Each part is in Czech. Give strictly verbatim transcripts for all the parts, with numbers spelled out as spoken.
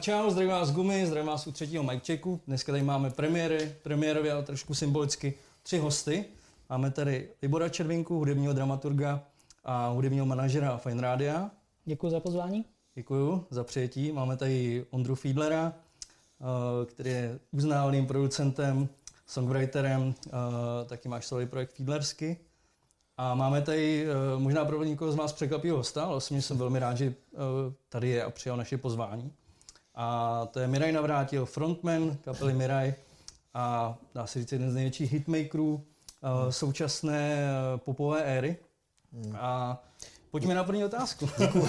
čau, zdravím vás z Gumy, zdravím vás u třetího mic checku. Dneska tady máme premiéry, premiérově, ale trošku symbolicky, tři hosty. Máme tady Libora Červinku, hudebního dramaturga a hudebního manažera Fajn Rádia. Děkuji za pozvání. Děkuji za přijetí. Máme tady Ondru Fiedlera, který je uznávaným producentem, songwriterem, taky máš svůj projekt Fiedlersky. A máme tady možná pro někoho z vás překvapivého hosta, ale osobně jsem velmi rád, že tady je a přijal naše pozvání. A to je Miraj Navrátil, frontman kapely Miraj a dá se říct jeden z největších hitmakerů současné popové éry. A pojďme na první otázku. Děkuji.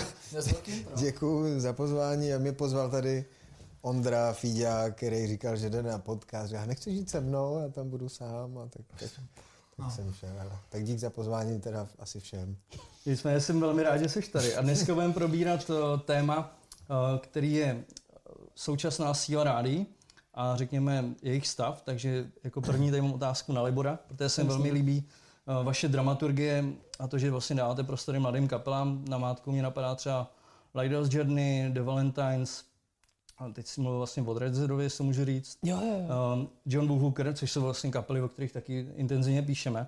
Děkuji za pozvání a mě pozval tady Ondra Fíďák, který říkal, že jde na podcast. Já nechci žít se mnou, já tam budu sám. A tak, tak, tak jsem šel. Tak dík za pozvání teda asi všem. Jsme, jsem velmi rád, že jsi tady. A dneska budeme probírat téma, který je současná síla rádií a řekněme jejich stav. Takže jako první tady mám otázku na Libora, protože se mi velmi líbí vaše dramaturgie a to, že vlastně dáváte prostory mladým kapelám. Na mátku mě napadá třeba Lighthouse Journey, The Valentines, a teď si mluvil vlastně o Red Zerovi, jestli můžu říct. Jo, jo, jo. John Buhooker, což jsou vlastně kapely, o kterých taky intenzivně píšeme.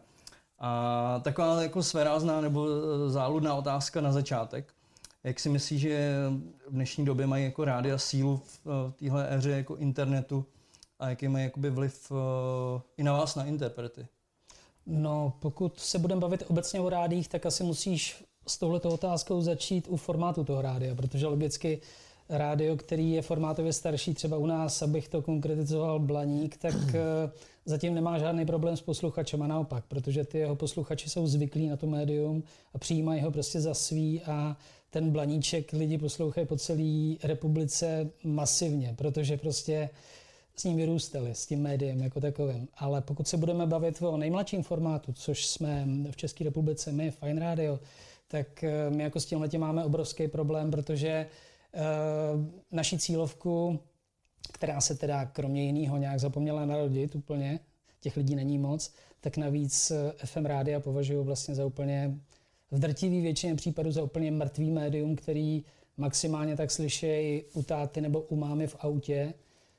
A taková jako svérázná nebo záludná otázka na začátek. Jak si myslíš, že v dnešní době mají jako rádia sílu v téhle éře jako internetu a jaký mají jakoby vliv i na vás, na interprety? No, pokud se budeme bavit obecně o rádiích, tak asi musíš s touhletou otázkou začít u formátu toho rádia, protože logicky rádio, který je formátově starší, třeba u nás, abych to konkretizoval Blaník, tak zatím nemá žádný problém s posluchačem a naopak, protože ty jeho posluchači jsou zvyklí na to médium a přijímají ho prostě za svý a ten Blaníček lidi poslouchají po celé republice masivně, protože prostě s ním vyrůstali, s tím médiem jako takovým. Ale pokud se budeme bavit o nejmladším formátu, což jsme v České republice my, Fajn Rádio, tak my jako s tímhletím máme obrovský problém, protože uh, naši cílovku, která se teda kromě jiného nějak zapomněla narodit úplně, těch lidí není moc, tak navíc F M rádia považují vlastně za úplně v drtivé většině případů za úplně mrtvý médium, který maximálně tak slyšejí u táty nebo u mámy v autě,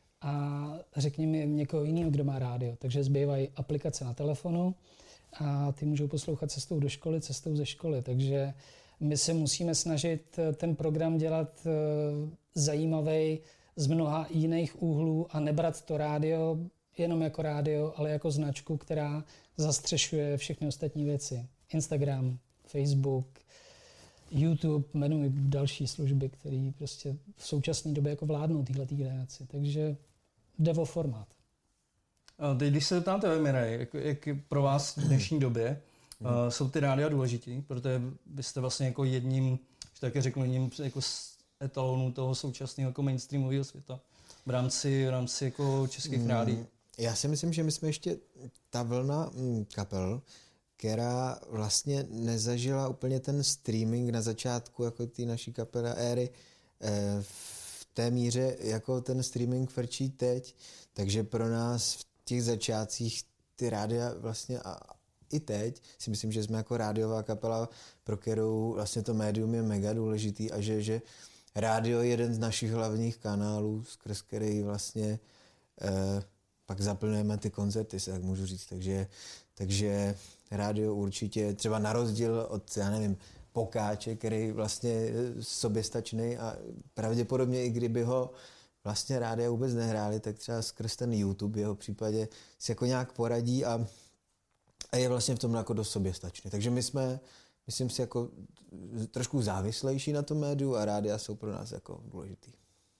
a řekni mi někoho jiného, kdo má rádio. Takže zbývají aplikace na telefonu a ty můžou poslouchat cestou do školy, cestou ze školy. Takže my se musíme snažit ten program dělat zajímavý z mnoha jiných úhlů a nebrat to rádio jenom jako rádio, ale jako značku, která zastřešuje všechny ostatní věci. Instagram, Facebook, YouTube, jmenuji další služby, které prostě v současné době jako vládnou téhletý generaci. Takže jde o formát. Teď, když se zeptám tebe, Miraj, jak, jak pro vás v dnešní době mm. uh, jsou ty rádia důležitý, protože vy jste vlastně jako jedním, že také řeknu, jedním jako etalonů toho současného jako mainstreamového světa v rámci, v rámci jako českých mm. rádií. Já si myslím, že my jsme ještě ta vlna mm, kapel, která vlastně nezažila úplně ten streaming na začátku jako ty naší kapely éry v té míře, jako ten streaming frčí teď. Takže pro nás v těch začátcích ty rádia vlastně a i teď si myslím, že jsme jako rádiová kapela, pro kterou vlastně to médium je mega důležitý a že, že rádio je jeden z našich hlavních kanálů, skrz který vlastně eh, pak zaplňujeme ty koncerty, se tak můžu říct. Takže, takže rádio určitě, třeba na rozdíl od, já nevím, Pokáče, který vlastně je soběstačný a pravděpodobně i kdyby ho vlastně rádia vůbec nehráli, tak třeba skrz ten YouTube v jeho případě si jako nějak poradí a, a je vlastně v tom jako dost soběstačný. Takže my jsme, myslím si, jako trošku závislejší na tom médiu a rádia jsou pro nás jako důležitý.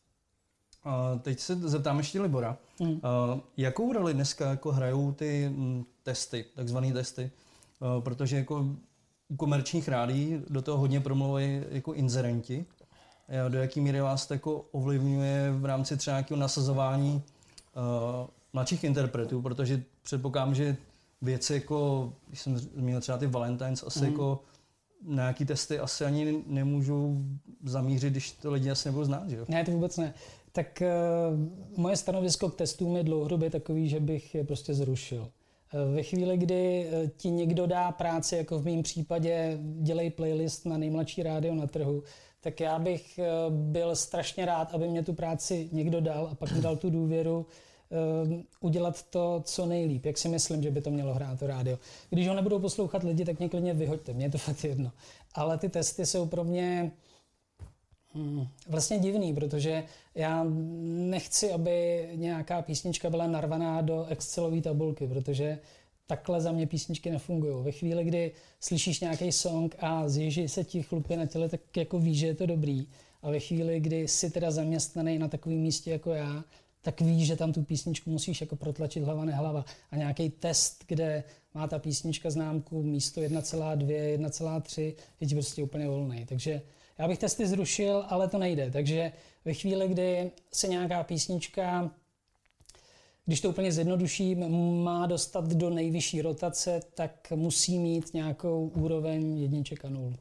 Uh, teď se zeptám ještě Libora. Hmm. Uh, jakou roli dneska jako hrajou ty m, testy, takzvané testy? Uh, protože jako u komerčních rádií do toho hodně promluvají jako inzerenti. Uh, do jaký míry vás to jako ovlivňuje v rámci třeba nějakého nasazování uh, mladších interpretů? Protože předpokládám, že věci jako, když jsem zmínil třeba ty Valentines, asi hmm. jako na nějaký testy asi ani nemůžou zamířit, když to lidi asi nebudou znát, že jo? Ne, to vůbec ne. Tak uh, moje stanovisko k testům je dlouhodobě takový, že bych je prostě zrušil. Uh, ve chvíli, kdy uh, ti někdo dá práci, jako v mém případě dělej playlist na nejmladší rádio na trhu, tak já bych byl strašně rád, aby mě tu práci někdo dal a pak mi dal tu důvěru um, udělat to, co nejlíp, jak si myslím, že by to mělo hrát to rádio. Když ho nebudou poslouchat lidi, tak mě klidně vyhoďte, mě je to fakt jedno. Ale ty testy jsou pro mě hmm, vlastně divný, protože já nechci, aby nějaká písnička byla narvaná do Excelové tabulky, protože takhle za mě písničky nefungují. Ve chvíli, kdy slyšíš nějaký song a zježí se ti chlupy na těle, tak jako víš, že je to dobrý. A ve chvíli, kdy jsi teda zaměstnaný na takovém místě jako já, tak víš, že tam tu písničku musíš jako protlačit hlava nehlava. A nějaký test, kde má ta písnička známku místo jedna celá dvě, jedna celá tři, je ti prostě úplně volný. Takže já bych testy zrušil, ale to nejde. Takže ve chvíli, kdy se nějaká písnička, když to úplně zjednoduším, má dostat do nejvyšší rotace, tak musí mít nějakou úroveň jedniček a nul.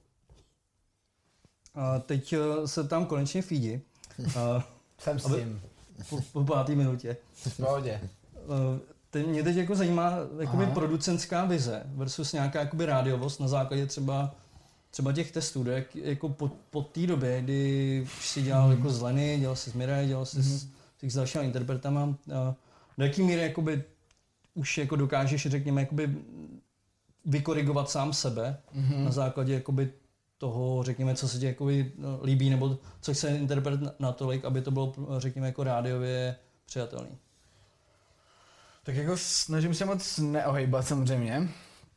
A teď se tam konečně Fídi. Jsem s tím. Po, po pátý minutě. V pohodě. Te, mě teď jako zajímá jakoby producentská vize versus nějaká jakoby rádiovost na základě třeba, třeba těch testů. Jak, jako po, po té době, kdy už si dělal mm. jako z Lenny, dělal si z Mirai, dělal si mm. s, s dalšíma interpretama, do jaký míry jakoby už jako dokážeš, řekněme, jakoby vykorigovat sám sebe mm-hmm. na základě jakoby toho, řekněme, co se ti jakoby líbí, nebo co chce interpret natolik, aby to bylo, řekněme, jako rádiově přijatelný. Tak jako snažím se moc neohejbat samozřejmě,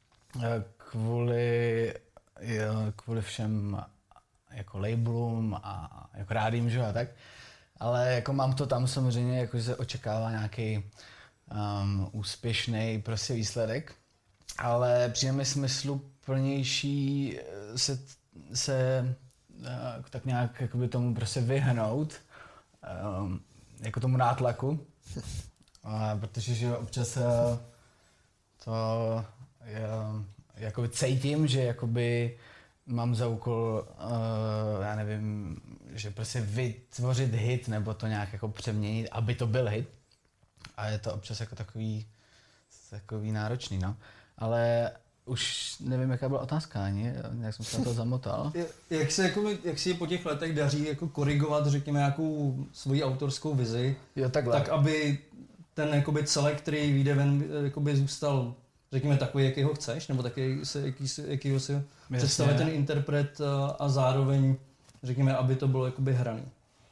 kvůli, kvůli všem jako labelům a jako rádím, že a tak. Ale jako mám to tam samozřejmě, jako že se očekává nějaký um, úspěšný prostě výsledek, ale přijde mi smysluplnější se, se uh, tak nějak jakoby tomu prostě vyhnout, um, jako tomu nátlaku, uh, protože že občas uh, to uh, jakoby cítím, že jakoby mám za úkol, uh, já nevím, že prostě vytvořit hit nebo to nějak jako přeměnit, aby to byl hit. A je to občas jako takový, takový náročný, no. Ale už nevím, jaká byla otázka ani, jak jsem se na to zamotal. Jak se, jako, jak si po těch letech daří jako korigovat, řekněme, nějakou svoji autorskou vizi, jo, takhle. Tak aby ten jakoby celek, který vyjde ven, jakoby zůstal, řekněme, takový, jaký ho chceš, nebo taky, jaký, jakýho si představuje ten interpret a, a zároveň, řekněme, aby to bylo jakoby hraný.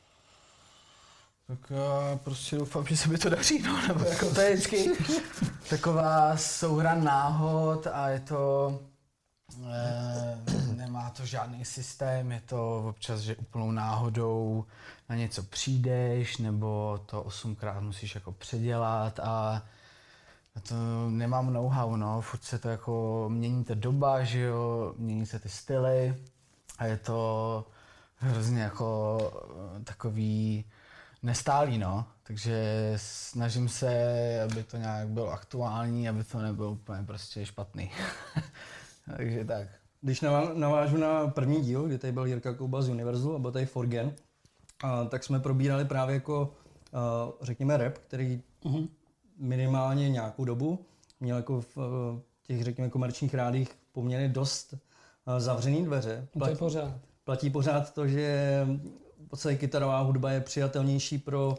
Tak já prostě doufám, že se mi to daří, no, nebo jako to je vždycky taková souhra náhod a je to, e, nemá to žádný systém, je to občas, že úplnou náhodou na něco přijdeš, nebo to osmkrát musíš jako předělat a to nemám know-how, no, furt se to jako, mění ta doba, že jo, mění se ty styly a je to hrozně jako takový nestálý, no, takže snažím se, aby to nějak bylo aktuální, aby to nebylo úplně prostě špatný. Takže tak. Když navážu na první díl, kdy tady byl Jirka Kouba z Universalu a byl tady Forgen, a tak jsme probírali právě jako, řekněme, rap, který uh-huh. minimálně nějakou dobu měl jako v těch, řekněme, komerčních rádích poměrně dost zavřený dveře. Platí, to je pořád. Platí pořád to, že v podstatě kytarová hudba je přijatelnější pro uh,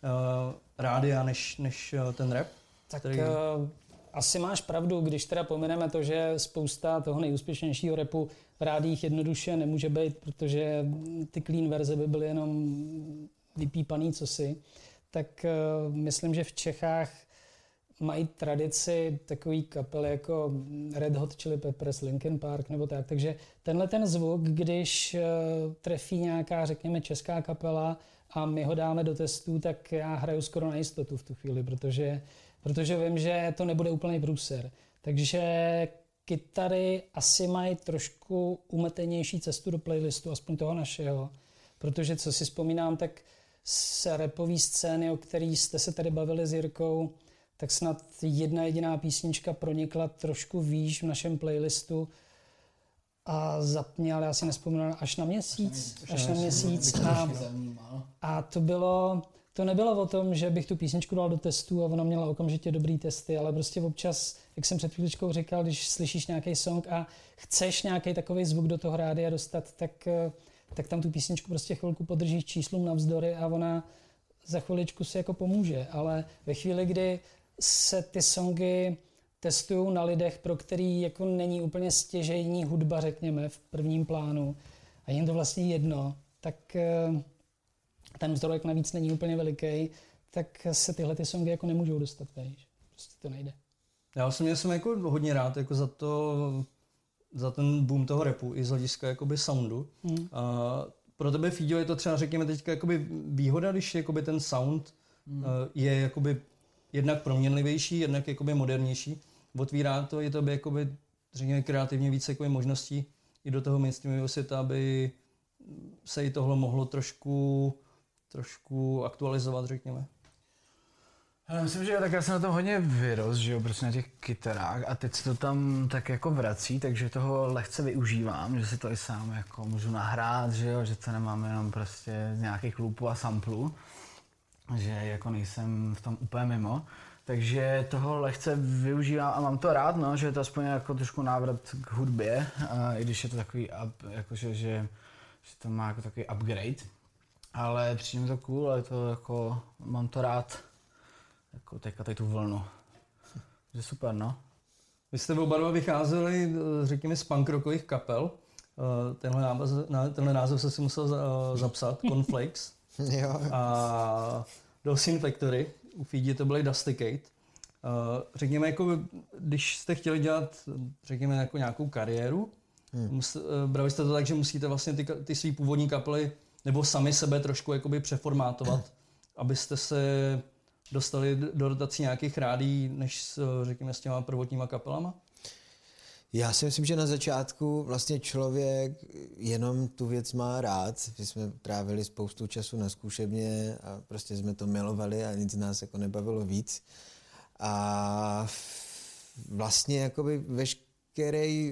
rádia než, než uh, ten rap? Tak který... uh, asi máš pravdu, když teda pomineme to, že spousta toho nejúspěšnějšího rapu v rádiích jednoduše nemůže být, protože ty clean verze by byly jenom vypípaný cosi, tak uh, myslím, že v Čechách mají tradici takový kapely jako Red Hot Chili Peppers, Linkin Park nebo tak. Takže tenhle ten zvuk, když uh, trefí nějaká, řekněme, česká kapela a my ho dáme do testů, tak já hraju skoro na jistotu v tu chvíli, protože, protože vím, že to nebude úplný průser. Takže kytary asi mají trošku umetenější cestu do playlistu, aspoň toho našeho. Protože co si vzpomínám, tak z rapové scény, o který jste se tady bavili s Jirkou, tak snad jedna jediná písnička pronikla trošku výš v našem playlistu a zapně, ale já si nevzpomínám, až na měsíc. Až, až na měsíc. A, a to bylo, to nebylo o tom, že bych tu písničku dal do testu a ona měla okamžitě dobrý testy, ale prostě občas, jak jsem před chvíličkou říkal, když slyšíš nějaký song a chceš nějaký takový zvuk do toho rádia dostat, tak tak tam tu písničku prostě chvilku podržíš číslům navzdory a ona za chviličku si jako pomůže. Ale ve chvíli, kdy se ty songy testují na lidech, pro který jako není úplně stěžejní hudba, řekněme, v prvním plánu a jim to vlastně jedno, tak ten zdrojek navíc není úplně veliký, tak se tyhle ty songy jako nemůžou dostat, víš. Prostě to nejde. Já osobně jsem jako hodně rád jako za to, za ten boom toho rapu i z hlediska jakoby soundu. Hmm. A pro tebe, Fíďo, je to třeba, řekněme teďka, jakoby výhoda, když jakoby ten sound hmm. je jakoby jednak proměnlivější, jednak jakoby modernější. Otvírá to i tobě jakoby, řekněme, kreativně více jakoby možností i do toho mainstreamového světa, aby se i tohle mohlo trošku, trošku aktualizovat, řekněme. Já myslím, že tak já jsem na tom hodně vyrost, že jo, prostě na těch kytarách a teď se to tam tak jako vrací, takže toho lehce využívám, že si to i sám jako můžu nahrát, že jo, že to nemám jenom prostě z nějakých loopů a samplů, že jako nejsem v tom úplně mimo. Takže toho lehce využívám a mám to rád, no, že je to aspoň jako trošku návrat k hudbě, a i když je to takový up, jakože, že, že to má jako takový upgrade. Ale přijde mi to cool, ale to jako, mám to rád, jako teďka tady tu vlnu. Že super, no. Vy jste oba dva vycházeli, řekněme, z punk rockových kapel. Tenhle název, tenhle název jsem si musel zapsat, Cornflakes. Jo. A Dolcine Factory. U Fídi to byly Dusticate. Uh, řekněme, jako, když jste chtěli dělat, řekněme, jako nějakou kariéru, hmm. mus, uh, brali jste to tak, že musíte vlastně ty, ty svý původní kapely nebo sami sebe trošku jakoby přeformátovat, abyste se dostali do rotací nějakých rádií, než s, řekněme, s těma prvotníma kapelama? Já si myslím, že na začátku vlastně člověk jenom tu věc má rád. My jsme trávili spoustu času na zkušebně a prostě jsme to milovali a nic z nás jako nebavilo víc. A vlastně jakoby veškerý,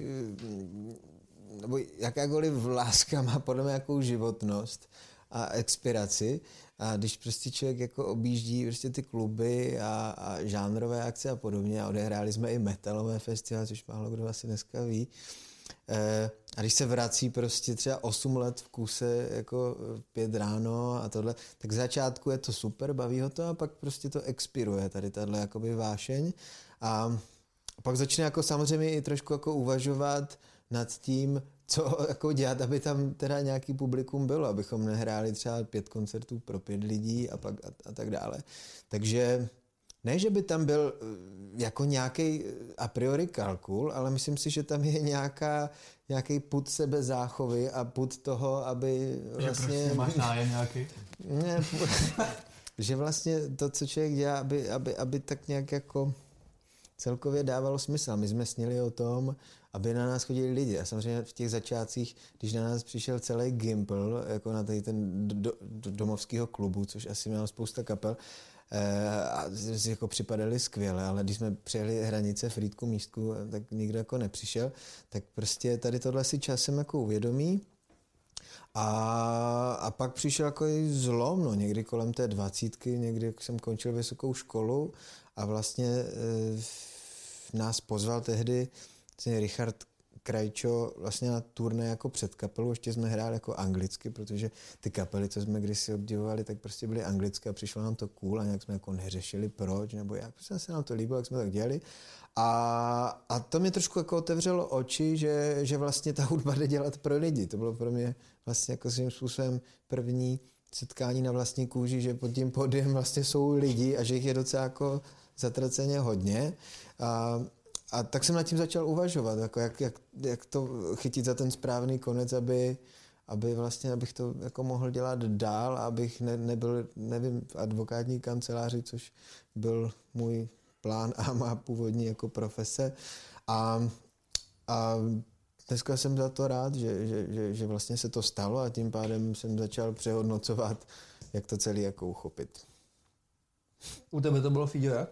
nebo jakákoliv láska má podle mě nějakou životnost a expiraci. A když prostě člověk jako objíždí prostě ty kluby a, a žánrové akce a podobně, a odehráli jsme i metalové festivaly, což málo kdo asi dneska ví. E, a když se vrací prostě třeba osm let v kuse, jako pět ráno a tohle, tak v začátku je to super, baví ho to a pak prostě to expiruje, tady tahle jakoby vášeň. A pak začne jako samozřejmě i trošku jako uvažovat nad tím, co jako dělat, aby tam teda nějaký publikum bylo, abychom nehráli třeba pět koncertů pro pět lidí a pak a, a tak dále. Takže ne, že by tam byl jako nějaký a priori kalkul, ale myslím si, že tam je nějaká, nějaký pud sebezáchovy a pud toho, aby vlastně... Že prostě máš nájem nějaký? Ne, že vlastně to, co člověk dělá, aby, aby, aby tak nějak jako celkově dávalo smysl. My jsme snili o tom, aby na nás chodili lidi. A samozřejmě v těch začátcích, když na nás přišel celý Gimpl, jako na tady ten do, do, domovského klubu, což asi měl spousta kapel, eh, a si jako připadali skvěle, ale když jsme přijeli hranice Frýdku, Místku, tak nikdo jako nepřišel, tak prostě tady tohle si časem jako uvědomí. A, a pak přišel jako i zlom, no, někdy kolem té dvacítky, někdy jsem končil vysokou školu a vlastně eh, nás pozval tehdy Richard Krajčo vlastně na turné jako před kapelu, ještě jsme hráli jako anglicky, protože ty kapely, co jsme kdysi obdivovali, tak prostě byly anglické a přišlo nám to cool a nějak jsme jako neřešili proč, nebo jak, prostě se nám to líbilo, jak jsme tak dělali. A, a to mě trošku jako otevřelo oči, že, že vlastně ta hudba jde dělat pro lidi. To bylo pro mě vlastně jako svým způsobem první setkání na vlastní kůži, že pod tím podiem vlastně jsou lidi a že jich je docela jako zatraceně hodně. A, A tak jsem nad tím začal uvažovat, jako jak, jak, jak to chytit za ten správný konec, aby, aby vlastně, abych to jako mohl dělat dál, abych ne, nebyl, nevím, v advokátní kanceláři, což byl můj plán a má původní jako profese. A, a dneska jsem za to rád, že, že, že, že vlastně se to stalo a tím pádem jsem začal přehodnocovat, jak to celé jako uchopit. U tebe to bylo, Fíďo, jak?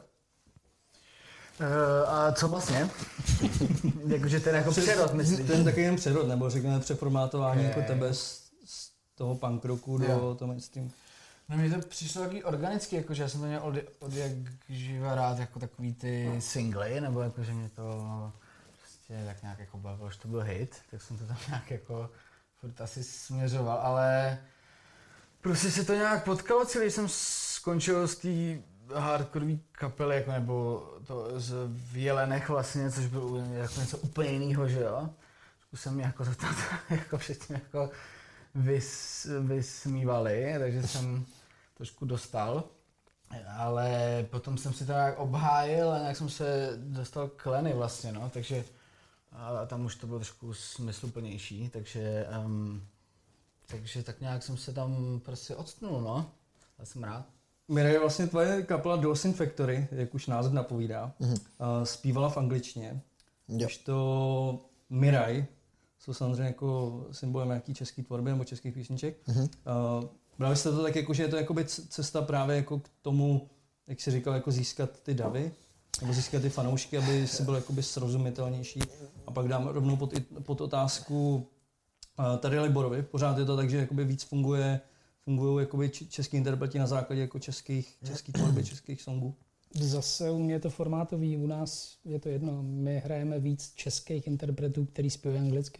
Uh, a co vlastně? Jakože ten jako přerod, myslíš? Ten taky jen přerod, nebo řekněme přeformátování okay. jako tebe z, z toho punk rocku do jo. toho mainstreamu. No mně to přišlo taky organicky, jakože já jsem to měl od, od jak živa rád jako takový ty singly, nebo jakože mě to prostě tak nějak jako bavilo, že to byl hit, tak jsem to tam nějak jako furt asi směřoval, ale prostě se to nějak potkalo celý, jsem skončil z té hardcoreové kapely, jako nebo to z v Jelenech vlastně, což bylo jako něco úplně jiného, že jo. Jsem jako to tam jako předtím jako vys, vysmívali, takže jsem trošku dostal. Ale potom jsem si to nějak obhájil a nějak jsem se dostal k Lenny vlastně, no, takže a tam už to bylo trošku smysluplnější, takže, um, takže tak nějak jsem se tam prostě odstnul, no. Já jsem rád. Mirai, vlastně tvoje kapela Dolls Factory, jak už název napovídá, mm-hmm. uh, zpívala v angličtině. Když to Mirai jsou samozřejmě jako symbolem nějaký český tvorby nebo českých písniček. Mm-hmm. Uh, brali jste to tak jako, že je to jakoby cesta právě jako k tomu, jak jsi říkal, jako získat ty davy, nebo získat ty fanoušky, aby si byl jakoby srozumitelnější. A pak dám rovnou pod, pod otázku uh, tady Liborovi. Pořád je to tak, že jakoby víc funguje, fungují jakoby český interpreti na základě jako českých, českých tvorby, českých songů. Zase u mě je to formátový, u nás je to jedno. My hrajeme víc českých interpretů, který zpívají anglicky.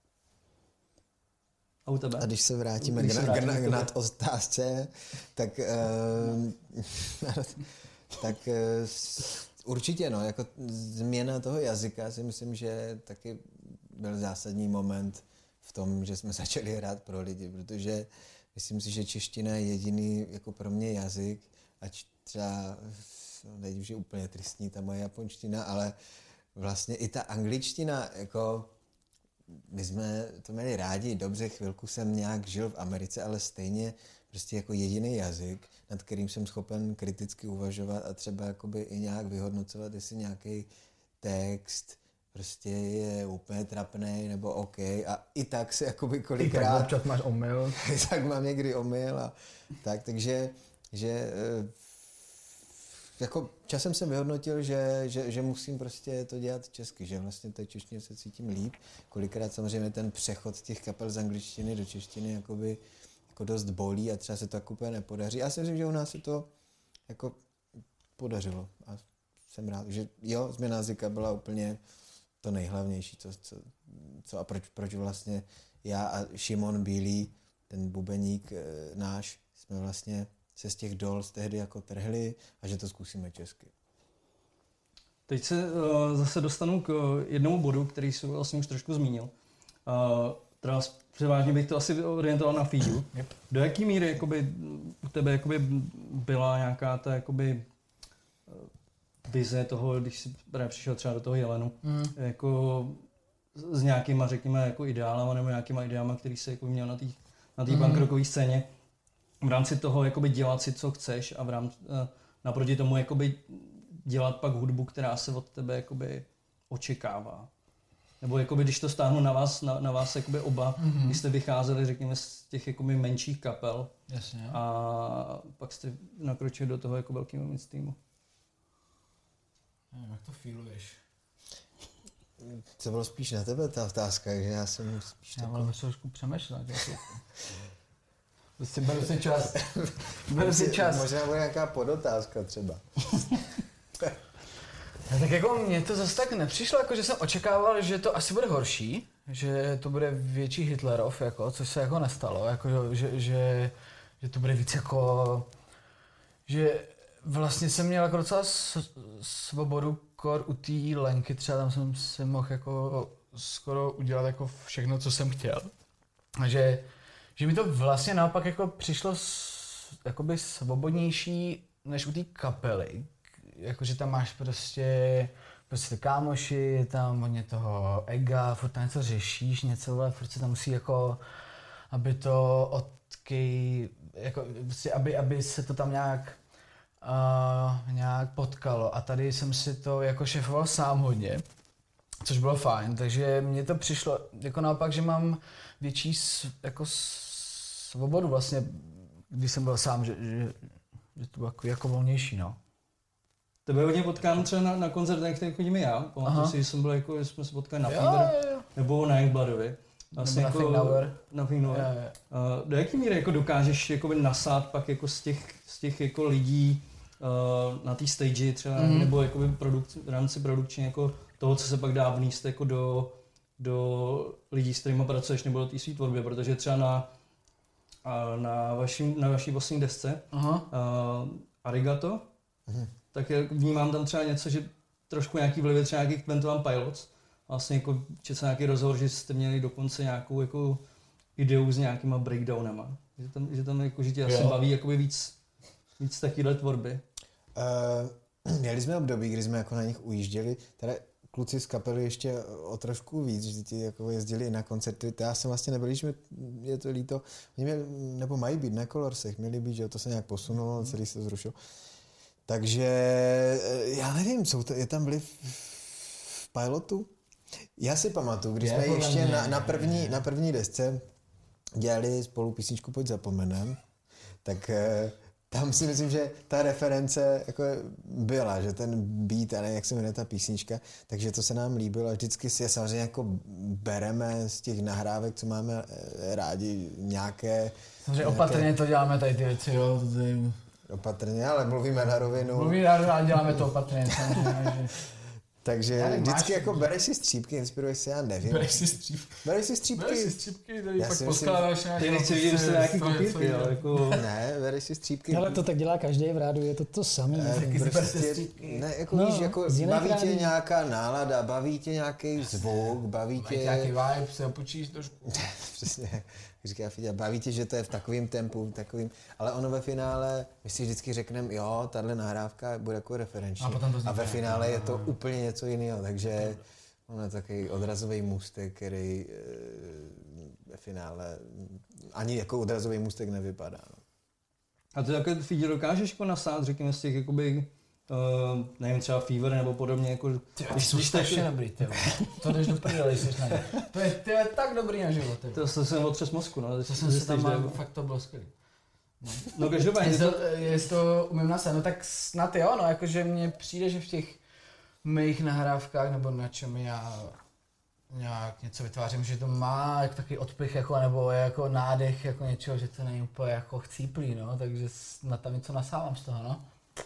A u tebe? A když se vrátíme když k, se vrátíme k, k nad otázce, tak, uh, tak uh, určitě no, jako změna toho jazyka si myslím, že taky byl zásadní moment v tom, že jsme začali hrát pro lidi, protože myslím si, že čeština je jediný jako pro mě jazyk, ať třeba, no, teď už je úplně tristní ta moje japonština, ale vlastně i ta angličtina, jako my jsme to měli rádi, dobře, chvilku jsem nějak žil v Americe, ale stejně prostě jako jediný jazyk, nad kterým jsem schopen kriticky uvažovat a třeba jakoby i nějak vyhodnocovat, jestli nějaký text prostě je úplně trapnej nebo OK a i tak se jakoby kolikrát... I tak občas máš omyl. I tak mám někdy omyl a tak, takže že, jako časem jsem vyhodnotil, že, že, že musím prostě to dělat česky, že vlastně té češtině se cítím líp. Kolikrát samozřejmě ten přechod těch kapel z angličtiny do češtiny jakoby, jako dost bolí a třeba se to tak úplně nepodaří. Já si myslím, že u nás se to jako podařilo a jsem rád, že jo, změna jazyka byla úplně to nejhlavnější, co, co, co a proč, proč vlastně já a Šimon Bílý, ten bubeník e, náš, jsme vlastně se z těch Dolls tehdy jako trhli a že to zkusíme česky. Teď se uh, zase dostanu k uh, jednomu bodu, který jsem vlastně už trošku zmínil. Uh, teda převážně bych to asi orientoval na feedu. Yep. Do jaký míry jakoby, u tebe jakoby byla nějaká ta jakoby, vize toho, když jsi přišel třeba do toho Jelenu, mm. jako s nějakýma, řekněme, jako ideálama nebo nějakýma ideama, který jsi jako měl na té na té mm. punk rockové scéně, v rámci toho jakoby dělat si, co chceš a v rámci, naproti tomu jakoby dělat pak hudbu, která se od tebe jakoby očekává. Nebo jakoby, když to stáhnu na vás, na, na vás jakoby oba, mm-hmm. když jste vycházeli, řekněme, z těch jakoby menších kapel. Jasně. A pak jste nakročili do toho jako velkého mainstreamu. Nevím, jak to feeluješ? To bylo spíš na tebe ta otázka, že já jsem spíš já takový... Já mám trošku přemýšlet. Prostě beru si čas. Beru si čas. Možná bude nějaká podotázka třeba. Ja, tak jako mně to zase tak nepřišlo, jako že jsem očekával, že to asi bude horší, že to bude větší Hitlerov, jako, což se jako nestalo, jako, že, že, že to bude víc jako, že vlastně jsem měl jako docela svobodu kor u té Lenky, třeba tam jsem si mohl jako skoro udělat jako všechno, co jsem chtěl. A že, že mi to vlastně naopak jako přišlo s, jakoby svobodnější než u té kapely. Jakože tam máš prostě, prostě kámoši, je tam hodně toho ega, furt tam něco řešíš, něco, ale furt se tam musí jako, aby to odkej, jako, prostě, aby, aby se to tam nějak, uh, nějak potkalo. A tady jsem si to jako šéfoval sám hodně, což bylo fajn, takže mně to přišlo jako naopak, že mám větší jako svobodu vlastně, když jsem byl sám, že, že, že to bylo jako, jako volnější, no. Tebe hodně potkám třeba na, na koncertech, které chodím i já. Pamatuju si, že jsem byl jako, že jsme se potkali na Fever, nebo na Youngbloodově. Vlastně jako, Nothing Nowhere. Nothing Nowhere. Uh, do jaký míry jako dokážeš jakoby nasát pak jako z těch, z těch jako lidí uh, na té stage třeba, mm. nebo jakoby produk, v rámci produkčně jako toho, co se pak dá vníst jako do, do lidí, s kterými pracuješ, nebo do té své tvorby, protože třeba na, na, vaší, na vaší vlastní desce uh, Arigato, uh-huh. tak vnímám tam třeba něco, že trošku nějaký vlivy, třeba nějakých Twenty One Pilots, vlastně jako četl jsem nějaký rozhovor, že jste měli dokonce nějakou jako ideu s nějakýma breakdownama, že tam, že tam jako, že tě asi baví jakoby víc, víc takovýhle tvorby. Uh, měli jsme období, kdy jsme jako na nich ujížděli, teda kluci z kapely ještě o trošku víc, že ti jako jezdili na koncerty. Já jsem vlastně nebyl, když mi je to líto, oni měli, nebo mají být na Colorsech, měli být, že to se nějak posunulo, celý se zrušil. Takže já nevím, jsou to, je tam vliv v pilotu? Já si pamatuju, když je, jsme ještě na, na, první, na první desce dělali spolu písničku Pojď zapomenem, tak tam si myslím, že ta reference jako byla, že ten beat, a ne jak se jmenuje ta písnička, takže to se nám líbilo a vždycky si je samozřejmě jako bereme z těch nahrávek, co máme rádi, nějaké... Samozřejmě nějaké... opatrně to děláme tady ty věci, jo. Tady... Opatrně, ale mluvíme na rovinu. Mluvíme na rovinu, ale děláme to opatrně, samozřejmě. Takže já vždycky jako bereš si střípky, inspiruješ se, já nevím. Bereš si střípky. Bereš si střípky. Bereš si střípky, tady pak poskládáš nějaké... Ty nechci vidět, že jste nějaký kopírky, ale jako... Ne, bereš si střípky. Ale to tak dělá každý v rádiu, je to to samé. Ne, prostě, ne, jako no, víš, jako baví tě nějaká nálada, baví tě nějaký zvuk, baví tě... Nějaký vibe, se opočíš trošku. Přesně. Říká Fidě, baví tě, že to je v takovém tempu, takovým, ale ono ve finále, my si vždycky řekneme, jo, tahle nahrávka bude jako referenční. A, a ve finále je to úplně něco jiného, takže ono je takový odrazový můstek, který e, ve finále ani jako odrazový můstek nevypadá. No. A ty také, Fidě, dokážeš jako nasát, řekněme, z těch jakoby, Uh, nevím, třeba Fever nebo podobně, jako... Ty jsou strašně dobrý, ty. To jdeš do prdele, jsi na ně. To je, ty je tak dobrý na život, ty. To jsem otřes mozku, no. To jsem se tam mám, fakt to bylo skvělý. No, no každopádně... To, jestli to umím nasát, no tak snad jo, no, jakože mně přijde, že v těch mých nahrávkách nebo na čem já nějak něco vytvářím, že to má jak takový odpich, jako, nebo jako nádech, jako něčeho, že to není úplně jako chcíplý, no, takže na tam něco nasávám z toho, no.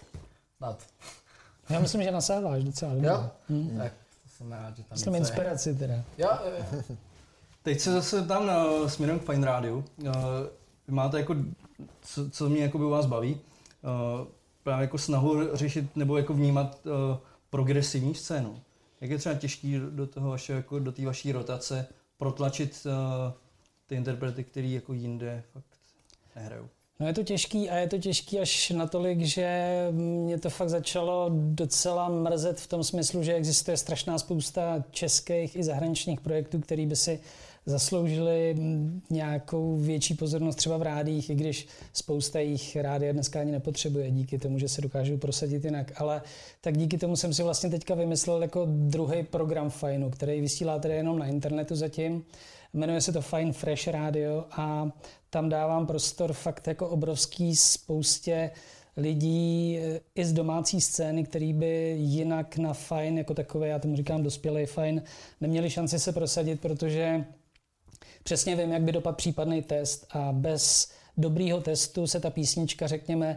Snad. Já myslím, že nasáváš docela. Jo? Hmm. Tak to jsem rád, že tam myslím inspiraci teda. Jo, jo, jo. Teď se zase tam na, směrem k Fine Rádiu. Uh, máte jako, co, co mě jako by u vás baví, uh, právě jako snahu řešit nebo jako vnímat uh, progresivní scénu. Jak je třeba těžký do toho vaše, jako do té vaší rotace protlačit uh, ty interprety, který jako jinde fakt nehrajou? No je to těžký a je to těžký až natolik, že mě to fakt začalo docela mrzet v tom smyslu, že existuje strašná spousta českých i zahraničních projektů, který by si zasloužili nějakou větší pozornost třeba v rádiích, i když spousta jich rádia dneska ani nepotřebuje díky tomu, že se dokážou prosadit jinak. Ale tak díky tomu jsem si vlastně teďka vymyslel jako druhý program Fajnu, který vysílá tedy jenom na internetu zatím. Jmenuje se to Fine Fresh Radio a tam dávám prostor fakt jako obrovský spoustě lidí i z domácí scény, který by jinak na Fine jako takové, já tomu říkám dospělej Fine, neměli šanci se prosadit, protože přesně vím, jak by dopadl případný test a bez dobrýho testu se ta písnička, řekněme,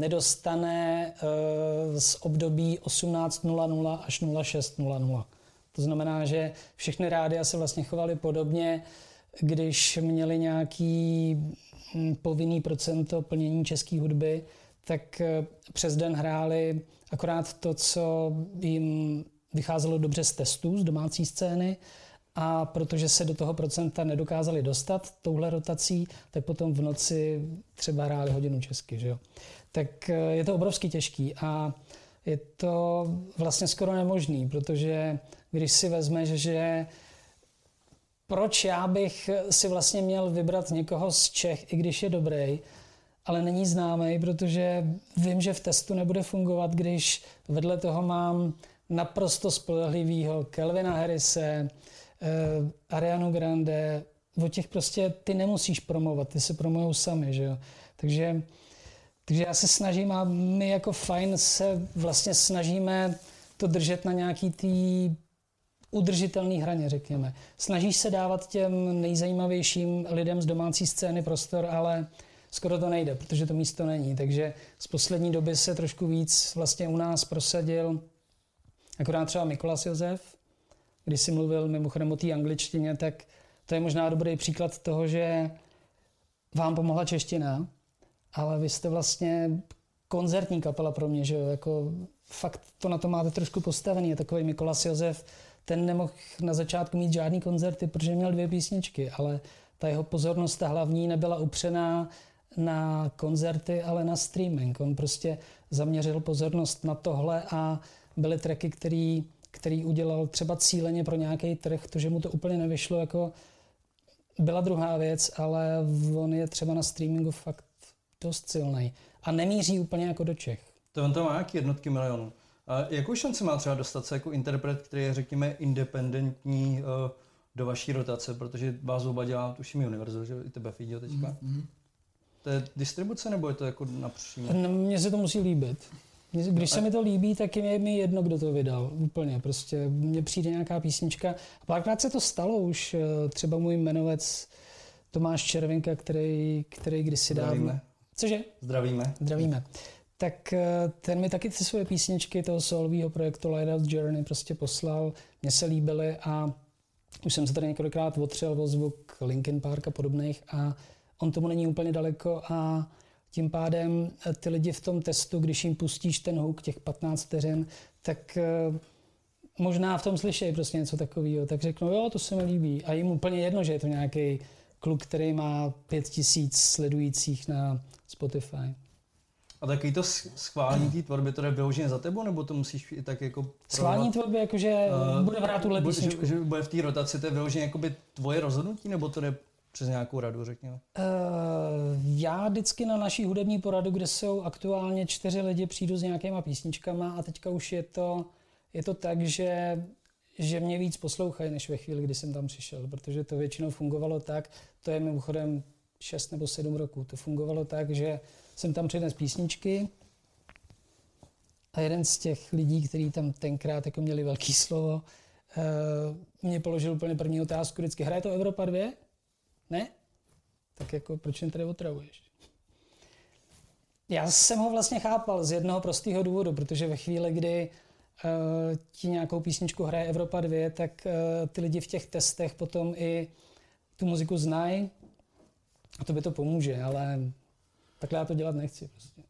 nedostane uh, z období osmnáct nula nula až nula šest nula nula. To znamená, že všechny rádia se vlastně chovaly podobně, když měli nějaký povinný procento plnění české hudby, tak přes den hráli akorát to, co jim vycházelo dobře z testů, z domácí scény, a protože se do toho procenta nedokázali dostat touhle rotací, tak potom v noci třeba hráli hodinu česky. Že jo? Tak je to obrovsky těžký a je to vlastně skoro nemožný, protože když si vezmeš, že proč já bych si vlastně měl vybrat někoho z Čech, i když je dobrý, ale není známý, protože vím, že v testu nebude fungovat, když vedle toho mám naprosto spolehlivýho Calvina Harrise, eh, Arianu Grande, o těch prostě ty nemusíš promovat, ty se promujou sami, že jo. Takže, takže já se snažím a my jako Fine se vlastně snažíme to držet na nějaký tý udržitelný hraně, řekněme. Snažíš se dávat těm nejzajímavějším lidem z domácí scény prostor, ale skoro to nejde, protože to místo není. Takže z poslední doby se trošku víc vlastně u nás prosadil akorát třeba Mikolas Josef, když jsi mluvil mimochodem o té angličtině, tak to je možná dobrý příklad toho, že vám pomohla čeština, ale vy jste vlastně koncertní kapela pro mě, že jo, jako fakt to na to máte trošku postavený. Je takový Mikolas Josef, ten nemohl na začátku mít žádný koncerty, protože měl dvě písničky, ale ta jeho pozornost, ta hlavní, nebyla upřená na koncerty, ale na streaming. On prostě zaměřil pozornost na tohle a byly tracky, který, který udělal třeba cíleně pro nějaký trh, to, že mu to úplně nevyšlo, jako byla druhá věc, ale on je třeba na streamingu fakt dost silný a nemíří úplně jako do Čech. To on to má nějaký jednotky milionů. A jakou šanci má třeba dostat se jako interpret, který je, řekněme, independentní uh, do vaší rotace, protože vás oba dělá, tuším, Universal, že i tebe Fidio teďka. Mm-hmm. To je distribuce, nebo je to jako napřímo? No, mně se to musí líbit. Když no, se mi to líbí, tak je mi jedno, kdo to vydal. Úplně prostě. Mně přijde nějaká písnička. A párkrát se to stalo už. Třeba můj jmenovec Tomáš Červinka, který, který kdysi dávno... Zdravíme. Cože? Zdravíme. Zdravíme. Tak ten mi taky ty svoje písničky toho solového projektu Lighthouse Journey prostě poslal. Mně se líbily a už jsem se tady několikrát otřel o zvuk Linkin Park a podobných a on tomu není úplně daleko a tím pádem ty lidi v tom testu, když jim pustíš ten hook těch patnáct vteřin, tak možná v tom slyšejí prostě něco takového. Tak řeknou, jo, to se mi líbí. A jim úplně jedno, že je to nějaký kluk, který má pět tisíc sledujících na Spotify. A takový to schválení té tvorby, to je vyloženě za tebou, nebo to musíš i tak jako... Schválení tvorby, jakože uh, bude hrát tuhle písničku. Že, že bude v té rotaci, to je vyloženě jakoby tvoje rozhodnutí, nebo to jde přes nějakou radu, řekněme? Uh, já vždycky na naší hudební poradu, kde jsou aktuálně čtyři lidi, přijdu s nějakýma písničkama a teďka už je to, je to tak, že, že mě víc poslouchají, než ve chvíli, kdy jsem tam přišel, protože to většinou fungovalo tak, to je mimochodem šest nebo sedm roků, to fungovalo tak, že jsem tam přines písničky a jeden z těch lidí, kteří tam tenkrát jako měli velký slovo, uh, mě položil úplně první otázku vždycky, hraje to Evropa dva? Ne? Tak jako proč jen tady otravuješ? Já jsem ho vlastně chápal z jednoho prostého důvodu, protože ve chvíli, kdy uh, ti nějakou písničku hraje Evropa dva, tak uh, ty lidi v těch testech potom i tu muziku znají a to by to pomůže, ale takhle já to dělat nechci prostě.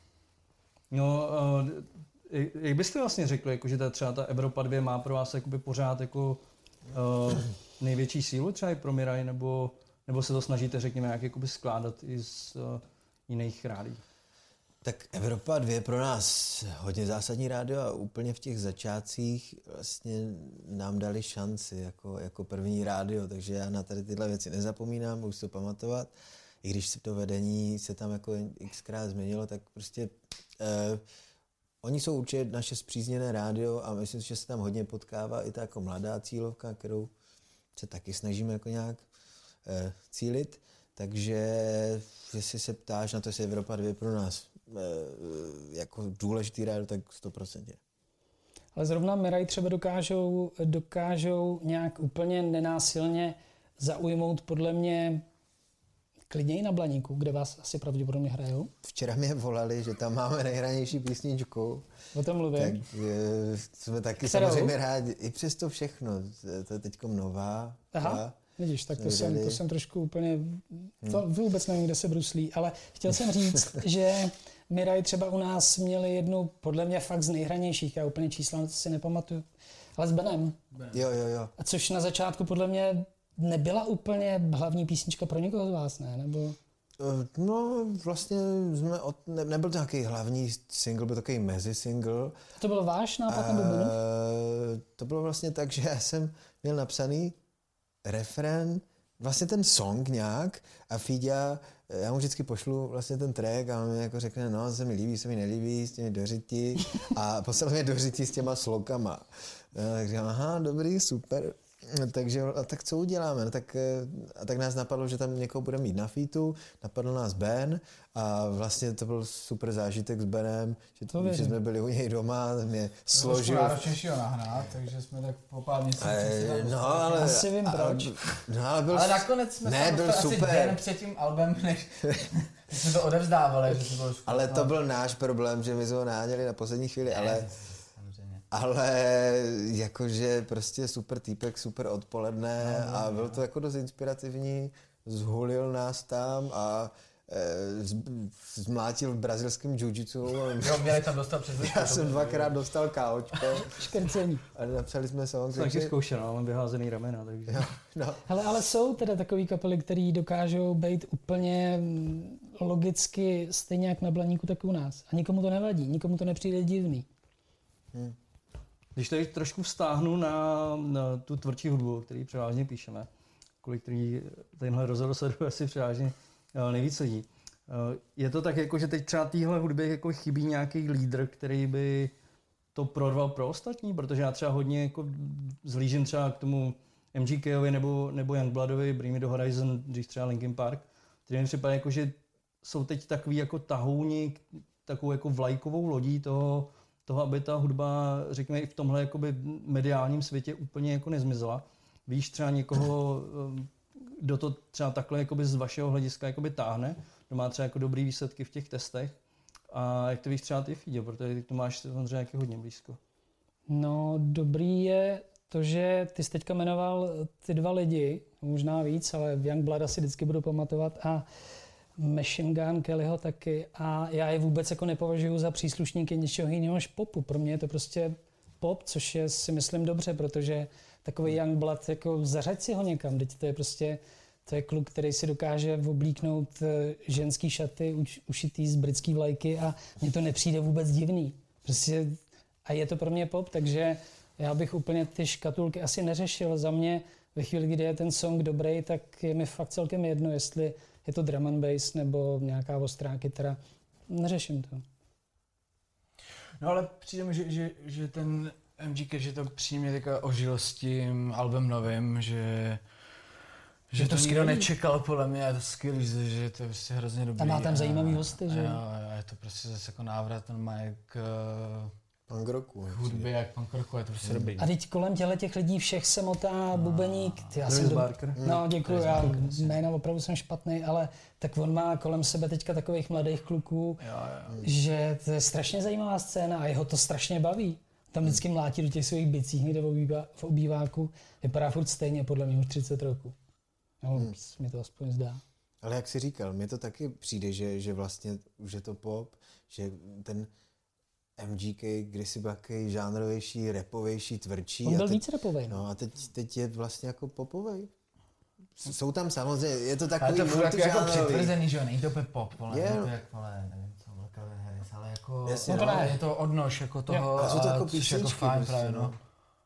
No, uh, jak byste vlastně řekli, jako, že ta, třeba ta Evropa dva má pro vás jakoby pořád jako uh, největší sílu třeba i pro Miraj, nebo, nebo se to snažíte, řekněme, jak jakoby skládat i z uh, jiných rádií? Tak Evropa dva je pro nás hodně zásadní rádio a úplně v těch začátcích vlastně nám dali šanci jako, jako první rádio, takže já na tady tyhle věci nezapomínám, už to pamatovat. I když se to vedení se tam jako xkrát změnilo, tak prostě eh, oni jsou určitě naše spřízněné rádio a myslím si, že se tam hodně potkává i ta jako mladá cílovka, kterou se taky snažíme jako nějak eh, cílit. Takže jestli se ptáš na to, jestli Evropa dva pro nás eh, jako důležitý rádio, tak sto procent. Ale zrovna Miraj třeba dokážou, dokážou nějak úplně nenásilně zaujmout podle mě klidně i na Blaníku, kde vás asi pravděpodobně hrajou. Včera mě volali, že tam máme nejhranější písničku. O tom mluvím. Tak e, jsme taky Kterou? samozřejmě rádi. I přes to všechno. To je teďkom nová. Aha, vidíš, tak to jsem, to jsem trošku úplně... To hmm. vůbec nevím, kde se bruslí, ale chtěl jsem říct, že Miraj třeba u nás měli jednu, podle mě fakt z nejhranějších, já úplně čísla si nepamatuju, ale s Benem. Jo, jo, jo. A což na začátku podle mě nebyla úplně hlavní písnička pro někoho z vás, ne? Nebo... No, vlastně jsme od, ne, nebyl to nějaký hlavní single, byl takový mezi single. To byl váš nápad nebo byl? To bylo vlastně tak, že já jsem měl napsaný refrén, vlastně ten song nějak a Fidia, já mu vždycky pošlu vlastně ten track a on mi jako řekne, no, se mi líbí, se mi nelíbí, s těmi dořití a poslal mě dořití s těma slokama. Tak říkám, aha, dobrý, super. Takže, a tak co uděláme? No, tak, a tak nás napadlo, že tam někoho bude mít na featu, napadl nás Ben a vlastně to byl super zážitek s Benem, že, to, že jsme byli u něj doma, mě složil. To bylo náročnější ho nahrát, takže jsme tak po pár měsících no, ale, asi vím proč. No, ale, byl, ale nakonec jsme ne, byl asi super. den před tím albem, než jsme to odevzdávali. Že to bylo ale to byl náš problém, že my jsme ho náděli na poslední chvíli, ale... ale jakože prostě super týpek, super odpoledne no, no, a byl to jako dost inspirativní, zhulil nás tam a zmlátil v brazilském jiu-jitsu. Jo, měli tam dostat přes lišku. Já jsem dvakrát dostal káočko. Škrcení. A napsali jsme song. Jsem taky zkoušel, no, mám vyházený ramena, takže... Jo, no. Hele, ale jsou teda takový kapely, který dokážou být úplně logicky stejně jak na Blaníku, tak u nás. A nikomu to nevadí, nikomu to nepřijde divný. Hmm. Když tady trošku vztáhnu na, na tu tvrdší hudbu, který převážně píšeme, kvůli který tenhle rozhovor sleduje asi převážně nejvíc lidí. Je to tak, jako, že teď třeba téhle hudbě jako chybí nějaký lídr, který by to prorval pro ostatní, protože já třeba hodně jako zhlížím třeba k tomu M G K ovi nebo, nebo Youngbloodovi, Bring Me the Horizon, dřív třeba Linkin Park, který mi připadá jako, že jsou teď takový jako tahouni, takovou jako vlajkovou lodí toho, toho, aby ta hudba, řekněme, i v tomhle jakoby mediálním světě úplně jako nezmizela. Víš třeba někoho, kdo to třeba takhle jakoby z vašeho hlediska jakoby táhne, kdo má třeba jako dobrý výsledky v těch testech. A jak to víš třeba ty, Fíďo, protože ty to máš samozřejmě nějaký hodně blízko. No dobrý je to, že ty jsi teďka jmenoval ty dva lidi, možná víc, ale Youngblood asi vždycky budu pamatovat a Machine Gun Kellyho taky a já je vůbec jako nepovažuji za příslušníky něčeho jiného než popu. Pro mě je to prostě pop, což je si myslím dobře, protože takový Youngblood, jako zařaď si ho někam, teď to je prostě, to je kluk, který si dokáže oblíknout ženský šaty, uš, ušitý z britský vlajky a mně to nepřijde vůbec divný. Prostě, a je to pro mě pop, takže já bych úplně ty škatulky asi neřešil. Za mě ve chvíli, kdy je ten song dobrý, tak je mi fakt celkem jedno, jestli je to drum and bass nebo nějaká ostrá kytara. Neřeším to. No ale přijde mi, že, že, že ten M G K, že to přímě teďka ožil s tím albem novým, že, že to, to nikdo nečekal podle mě, je to skvělý, že to je prostě hrozně dobrý. A má tam zajímavý hosty, že? A je to prostě zase jako návrat, ten má jak punk rocku. Hudby jak punk rocku, je to prostě hmm. dobrý. A teď kolem těchto těch lidí všech se motá bubeník. Ty, já jsem do... No děkuji, já jména opravdu jsem špatný, ale tak on má kolem sebe teďka takových mladých kluků, jo, jo. že to je strašně zajímavá scéna a jeho to strašně baví. Tam vždycky mlátí do těch svých bicích někde v, obývá, v obýváku. Vypadá furt stejně, podle mě už třicet roku. No, hmm. mi to aspoň zdá. Ale jak jsi říkal, mně to taky přijde, že, že vlastně už je to pop, že ten M G K kdysi byl takový žánrovější, rapovější, tvrdší. On byl a teď, víc rapovej. No a teď, teď je vlastně jako popovej. Jsou tam samozřejmě, je to takový multižánrový. Ale to je jako přitvrzený, že jo, není to pop, vole, je, je to jak, vole, nevím co, Calvin Harris, ale jako, jasně, no, no. je to odnož jako toho, a jsou to jako písničky, jako fajn prostě, právě, no.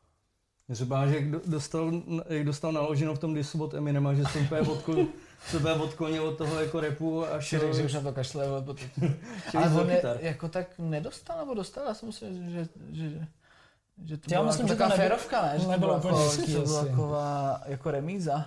Třeba, že jak dostal, jak dostal naloženo v tom disu od Eminema, že jsem úplně odklonil sebe odklonil od toho jako rapu a šel... Že už na to kašle, ale potom... Ale on je, jako tak nedostal, nebo dostal, já si myslím, že, že, že, že to já byla myslím, jako že taková to férovka, ne? Že to nebylo byla úplně jako, to byla taková jako remíza.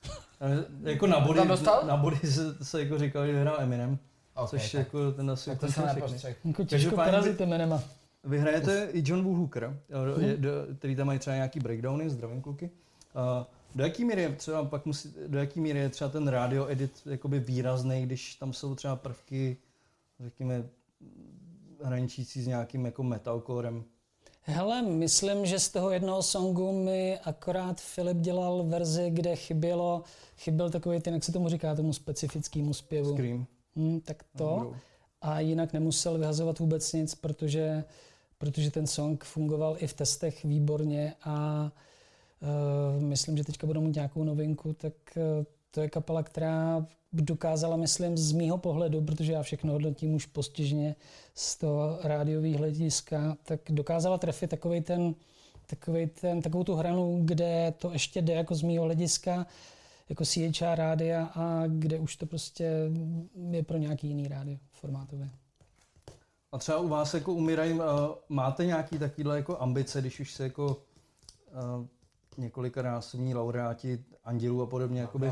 Jako na body, na body se, se jako říkal, že hrál Eminem, okay, což tak, jako ten asi tak to se nepostřeh. Jako těžko porazit Eminema. Vy hrajete i John Woo Hooker, hmm. který tam mají třeba nějaký breakdowny, zdravím kluky. Uh, do jaký míry je třeba pak musí, do jaký míry je třeba ten radio edit jakoby výrazný, když tam jsou třeba prvky, řekněme, hraničící s nějakým jako metalcorem? Hele, myslím, že z toho jednoho songu mi akorát Filip dělal verzi, kde chybělo, chyběl takový ten, jak se tomu říká, tomu specifickému zpěvu. Scream. Hmm, tak to. A jinak nemusel vyhazovat vůbec nic, protože, protože ten song fungoval i v testech výborně a uh, myslím, že teďka budou mít nějakou novinku, tak uh, to je kapela, která dokázala, myslím, z mýho pohledu, protože já všechno hodnotím už postižně z toho rádiového hlediska, tak dokázala trefit takovej ten, takovej ten, takovou tu hranu, kde to ještě jde jako z mýho hlediska, jako C H R rádia a kde už to prostě je pro nějaký jiný rádio formátové. A třeba u vás jako umírají, máte nějaký takovýhle jako ambice, když už se jako uh, několikanásobní laureáti Andělů a podobně, jakoby,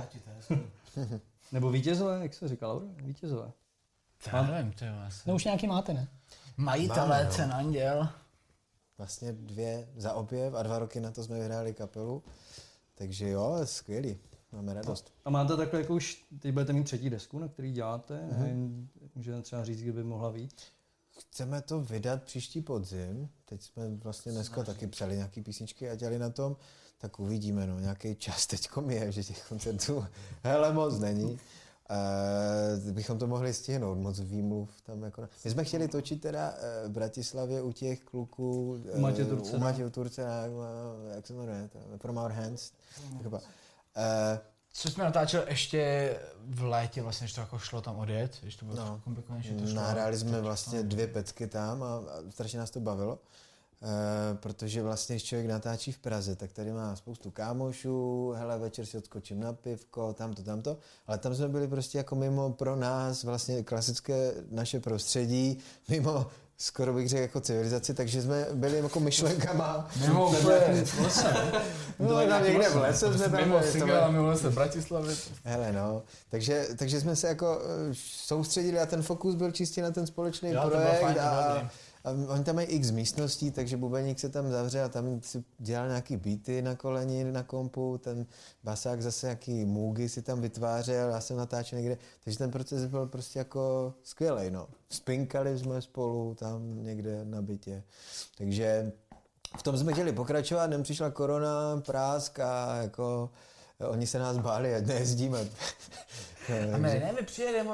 nebo vítězové, jak se říká, Laura? Vítězové. Já nevím, to je vlastně. No už nějaký máte, ne? Majitelé cen Anděl. Vlastně dvě za objev a dva roky na to jsme vyhráli kapelu. Takže jo, skvělý. Máme radost. A máte takhle, jako už teď budete mít třetí desku, na který děláte, mm-hmm. Můžete třeba říct, kdyby mohla být? chceme to vydat příští podzim. Teď jsme vlastně dneska Snažím. taky psali nějaký písničky a dělali na tom, tak uvidíme, no, nějaký čas teďkom je, že těch koncertů hele moc není. Uh, bychom to mohli stihnout, moc výmluv tam jako... My jsme chtěli točit teda v Bratislavě u těch kluků... U Matěje Turce. U Matěje Turce, jak se jmenuje? From Our Hands. Uh, Co jsme natáčeli ještě v létě, vlastně, že to jako šlo tam odjet, když to bylo no, komplikovanější, to šlo. Nahráli jsme vlastně dvě pecky tam a, a strašně nás to bavilo. Uh, protože vlastně, když člověk natáčí v Praze, tak tady má spoustu kámošů, hele, večer si odskočím na pivko, tamto, tamto, ale tam jsme byli prostě jako mimo pro nás vlastně klasické naše prostředí, mimo skoro bych řekl jako civilizaci, takže jsme byli jako myšlenkama. Mimo úplně v lese. No, tam někde v lese jsme tam. Mimo single a mimo lese v Bratislavě. Hele no, takže, takže jsme se jako soustředili a ten fokus byl čistě na ten společný jo, projekt a, a oni tam mají x místností, takže bubeník se tam zavře a tam si dělal nějaký beaty na koleni, na kompu, ten basák zase nějaký můgy si tam vytvářel, já jsem natáčel někde, takže ten proces byl prostě jako skvělej, no. Spinkali jsme spolu tam někde na bytě, takže v tom jsme chtěli pokračovat, nem přišla korona, prásk a jako oni se nás báli, ať nejezdíme. A my, ne, my přijedeme,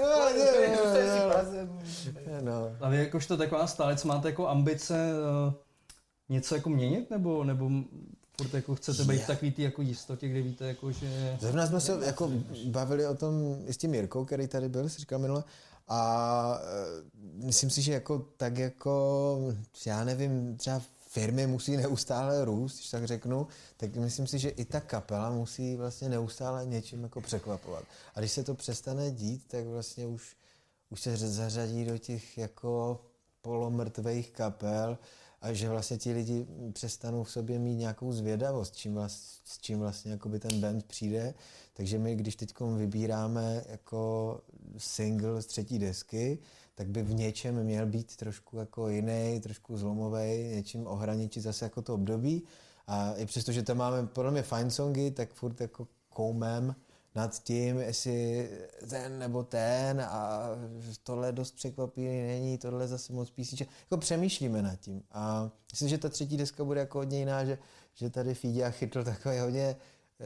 no. A vy jakožto taková stálec máte jako ambice uh, něco jako měnit, nebo, nebo furt jako chcete být takový ty jako jistotě, kde víte jako, že... Zrovna jsme se jako bavili o tom i s tím Jirkou, který tady byl, si říkal minule, a uh, myslím si, že jako tak jako, já nevím, třeba firmy musí neustále růst, když tak řeknu, tak myslím si, že i ta kapela musí vlastně neustále něčím jako překvapovat. A když se to přestane dít, tak vlastně už, už se zařadí do těch jako polomrtvých kapel a že vlastně ti lidi přestanou v sobě mít nějakou zvědavost, čím vlastně, s čím vlastně jakoby ten band přijde. Takže my, když teď vybíráme jako single z třetí desky, tak by v něčem měl být trošku jako jiný, trošku zlomovej, něčím ohraničit zase jako to období. A i přesto, že tam máme podle mě fajn songy, tak furt jako koumem nad tím, jestli ten nebo ten a tohle dost překvapivý není, tohle zase moc písniček. Jako přemýšlíme nad tím. A myslím, že ta třetí deska bude jako hodně jiná, že, že tady Fíďa chytl takový hodně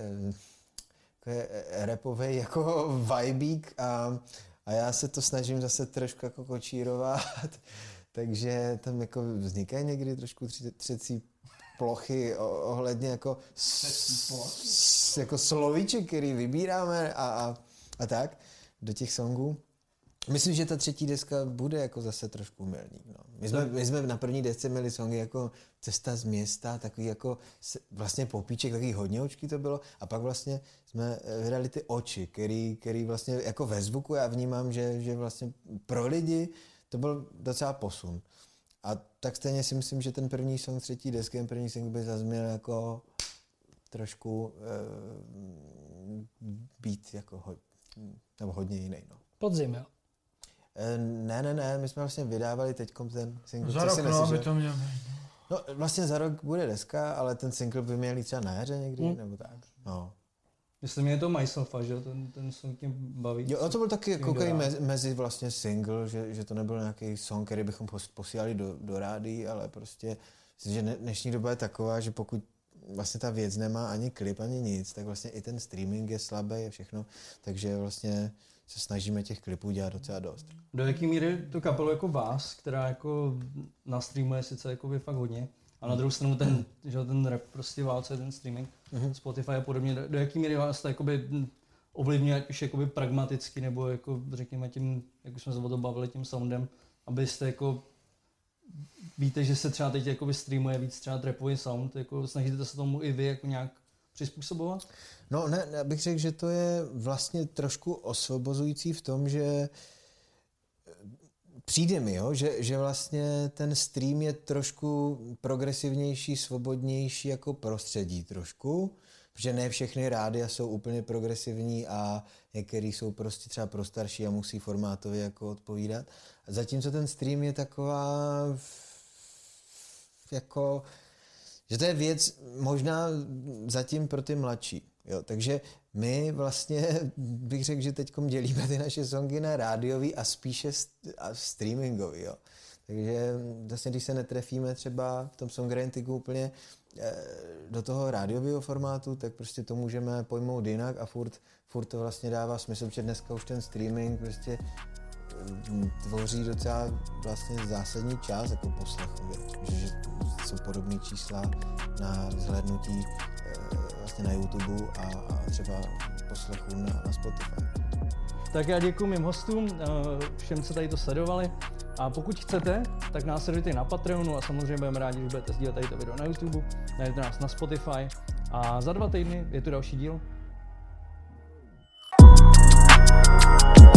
eh, rapovej jako vibík a A já se to snažím zase trošku jako kočírovat, takže tam jako vznikají někdy trošku třecí plochy ohledně jako, s, jako slovíček, který vybíráme a, a, a tak do těch songů. Myslím, že ta třetí deska bude jako zase trošku milník. No. My, jsme, my jsme na první desce měli songy jako Cesta z města, takový jako vlastně popíček, takový hodně očky to bylo a pak vlastně jsme vydali ty oči, který, který vlastně jako ve zvuku já vnímám, že, že vlastně pro lidi to byl docela posun. A tak stejně si myslím, že ten první song třetí desky, ten první single by zase měl jako trošku uh, být jako ho, nebo hodně jiný. No. Podzim, jo? Ne, ne, ne, my jsme vlastně vydávali teďkom ten single. Za rok, no, aby to měl být. No, vlastně za rok bude deska, ale ten single by měl jít třeba na jaře někdy, hmm. nebo tak. No. Jestli mě je to Myselfa, že ten, ten song mě baví. Jo, a to byl taky jako mezi, mezi vlastně single, že, že to nebyl nějaký song, který bychom posílali do, do rádií, ale prostě myslím, že dnešní doba je taková, že pokud vlastně ta věc nemá ani klip, ani nic, tak vlastně i ten streaming je slabý a všechno, takže vlastně se snažíme těch klipů dělat docela dost. Do jaký míry tu kapelu jako vás, která jako nastreamuje sice jako by fakt hodně, a na druhou stranu ten, že ten rap prostě válce, ten streaming, mm-hmm. Spotify a podobně, do, do jaký míry vás to jakoby ovlivňuje, ať už jakoby pragmaticky, nebo jako řekněme tím, jak už jsme se o to bavili, tím soundem, abyste jako víte, že se třeba teď jakoby streamuje víc třeba trapový sound, jako snažíte se tomu i vy jako nějak přizpůsobovat? No ne, já bych řekl, že to je vlastně trošku osvobozující v tom, že přijde mi, jo, že, že vlastně ten stream je trošku progresivnější, svobodnější jako prostředí trošku, protože ne všechny rádia jsou úplně progresivní a některý jsou prostě třeba pro starší a musí formátově jako odpovídat. Zatímco ten stream je taková jako, že to je věc možná zatím pro ty mladší. Jo, takže my vlastně bych řekl, že teď dělíme ty naše songy na rádiový a spíše st- a streamingový. Jo. Takže vlastně, když se netrefíme třeba v tom songwritingu úplně eh, do toho rádiového formátu, tak prostě to můžeme pojmout jinak a furt, furt to vlastně dává smysl, že dneska už ten streaming prostě tvoří docela vlastně zásadní část jako poslechově, že jsou podobné čísla na vzhlédnutí vlastně na YouTube a, a třeba poslechu na, na Spotify. Tak já děkuji mým hostům, všem, co tady to sledovali. A pokud chcete, tak nás sledujte na Patreonu a samozřejmě budeme rádi, že budete sdílet tady to video na YouTube, najdete nás na Spotify a za dva týdny je tu další díl.